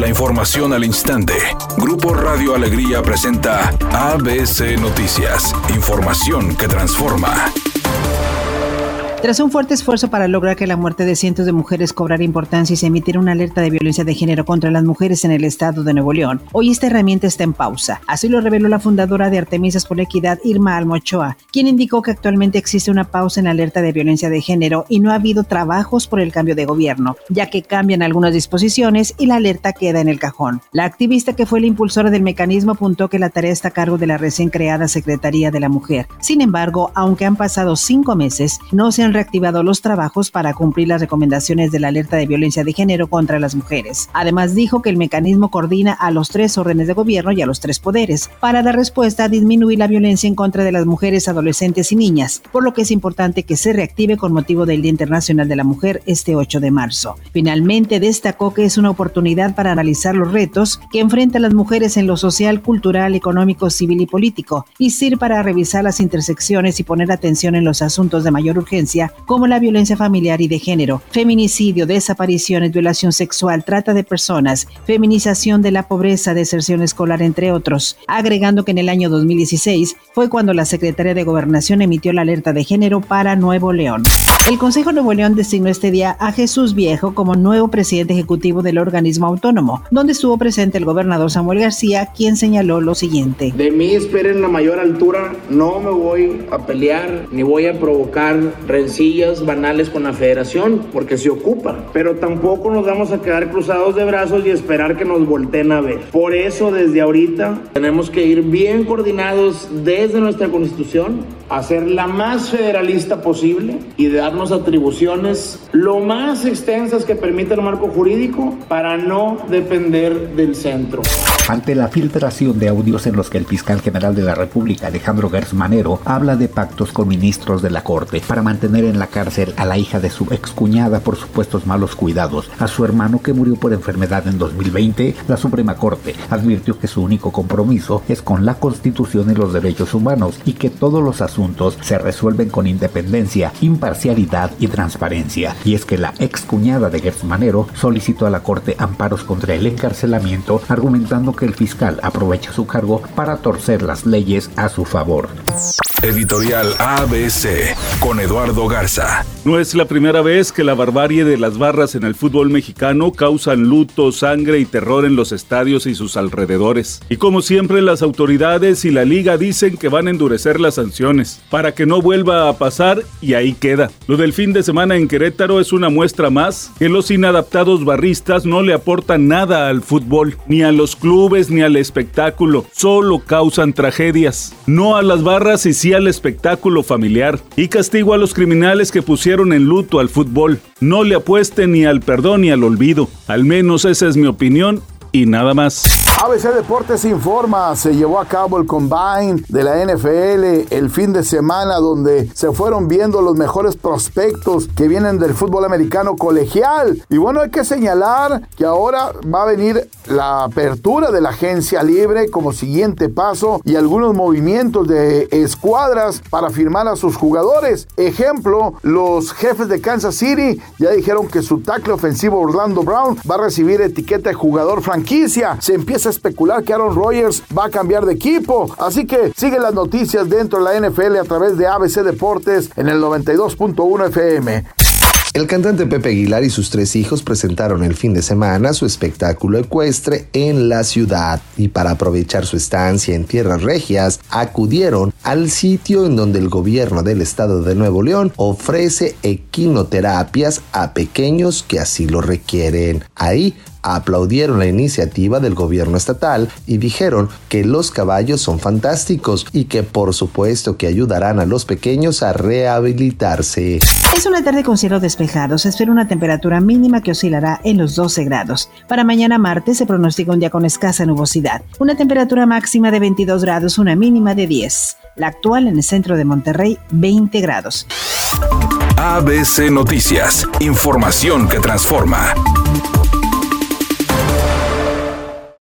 La información al instante. Grupo Radio Alegría presenta ABC Noticias. Información que transforma. Tras un fuerte esfuerzo para lograr que la muerte de cientos de mujeres cobrara importancia y se emitiera una alerta de violencia de género contra las mujeres en el estado de Nuevo León, hoy esta herramienta está en pausa. Así lo reveló la fundadora de Artemisas por la Equidad, Irma Almochoa, quien indicó que actualmente existe una pausa en la alerta de violencia de género y no ha habido trabajos por el cambio de gobierno, ya que cambian algunas disposiciones y la alerta queda en el cajón. La activista, que fue la impulsora del mecanismo, apuntó que la tarea está a cargo de la recién creada Secretaría de la Mujer. Sin embargo, aunque han pasado 5 meses, no se han reactivado los trabajos para cumplir las recomendaciones de la alerta de violencia de género contra las mujeres. Además, dijo que el mecanismo coordina a los 3 órdenes de gobierno y a los 3 poderes para dar respuesta a disminuir la violencia en contra de las mujeres, adolescentes y niñas, por lo que es importante que se reactive con motivo del Día Internacional de la Mujer este 8 de marzo. Finalmente, destacó que es una oportunidad para analizar los retos que enfrentan las mujeres en lo social, cultural, económico, civil y político, y sirve para revisar las intersecciones y poner atención en los asuntos de mayor urgencia, como la violencia familiar y de género, feminicidio, desapariciones, violación sexual, trata de personas, feminización de la pobreza, deserción escolar, entre otros, agregando que en el año 2016 fue cuando la Secretaría de Gobernación emitió la alerta de género para Nuevo León. El Consejo Nuevo León designó este día a Jesús Viejo como nuevo presidente ejecutivo del organismo autónomo, donde estuvo presente el gobernador Samuel García, quien señaló lo siguiente: de mí esperen la mayor altura, no me voy a pelear ni voy a provocar rencillas banales con la federación, porque se ocupa, pero tampoco nos vamos a quedar cruzados de brazos y esperar que nos volteen a ver. Por eso, desde ahorita tenemos que ir bien coordinados desde nuestra Constitución, hacer la más federalista posible y darnos atribuciones lo más extensas que permita el marco jurídico para no depender del centro. Ante la filtración de audios en los que el fiscal general de la República, Alejandro Gertz Manero, habla de pactos con ministros de la Corte para mantener en la cárcel a la hija de su excuñada por supuestos malos cuidados, a su hermano que murió por enfermedad en 2020, la Suprema Corte advirtió que su único compromiso es con la Constitución y los derechos humanos y que todos los asuntos se resuelven con independencia, imparcialidad y transparencia. Y es que la excuñada de Gertz Manero solicitó a la Corte amparos contra el encarcelamiento, argumentando que el fiscal aprovecha su cargo para torcer las leyes a su favor. Editorial ABC con Eduardo Garza. No es la primera vez que la barbarie de las barras en el fútbol mexicano causan luto, sangre y terror en los estadios y sus alrededores. Y como siempre, las autoridades y la liga dicen que van a endurecer las sanciones para que no vuelva a pasar, y ahí queda. Lo del fin de semana en Querétaro es una muestra más que los inadaptados barristas no le aportan nada al fútbol, ni a los clubes ni al espectáculo, solo causan tragedias. No a las barras y sí al espectáculo familiar. Y castigo a los criminales que pusieron en luto al fútbol. No le apuesten ni al perdón ni al olvido. Al menos esa es mi opinión y nada más. ABC Deportes informa, se llevó a cabo el Combine de la NFL el fin de semana, donde se fueron viendo los mejores prospectos que vienen del fútbol americano colegial. Y bueno, hay que señalar que ahora va a venir la apertura de la agencia libre como siguiente paso y algunos movimientos de escuadras para firmar a sus jugadores. Ejemplo, los Jefes de Kansas City ya dijeron que su tackle ofensivo Orlando Brown va a recibir etiqueta de jugador franquicia. Se empieza a especular que Aaron Rodgers va a cambiar de equipo, así que sigue las noticias dentro de la NFL a través de ABC Deportes en el 92.1 FM. El cantante Pepe Aguilar y sus 3 hijos presentaron el fin de semana su espectáculo ecuestre en la ciudad y para aprovechar su estancia en tierras regias acudieron al sitio en donde el gobierno del estado de Nuevo León ofrece equinoterapias a pequeños que así lo requieren. Ahí aplaudieron la iniciativa del gobierno estatal y dijeron que los caballos son fantásticos y que por supuesto que ayudarán a los pequeños a rehabilitarse. Es una tarde con cielo despejado, se espera una temperatura mínima que oscilará en los 12 grados. Para mañana martes se pronostica un día con escasa nubosidad, una temperatura máxima de 22 grados, una mínima de 10. La actual en el centro de Monterrey, 20 grados. ABC Noticias, información que transforma.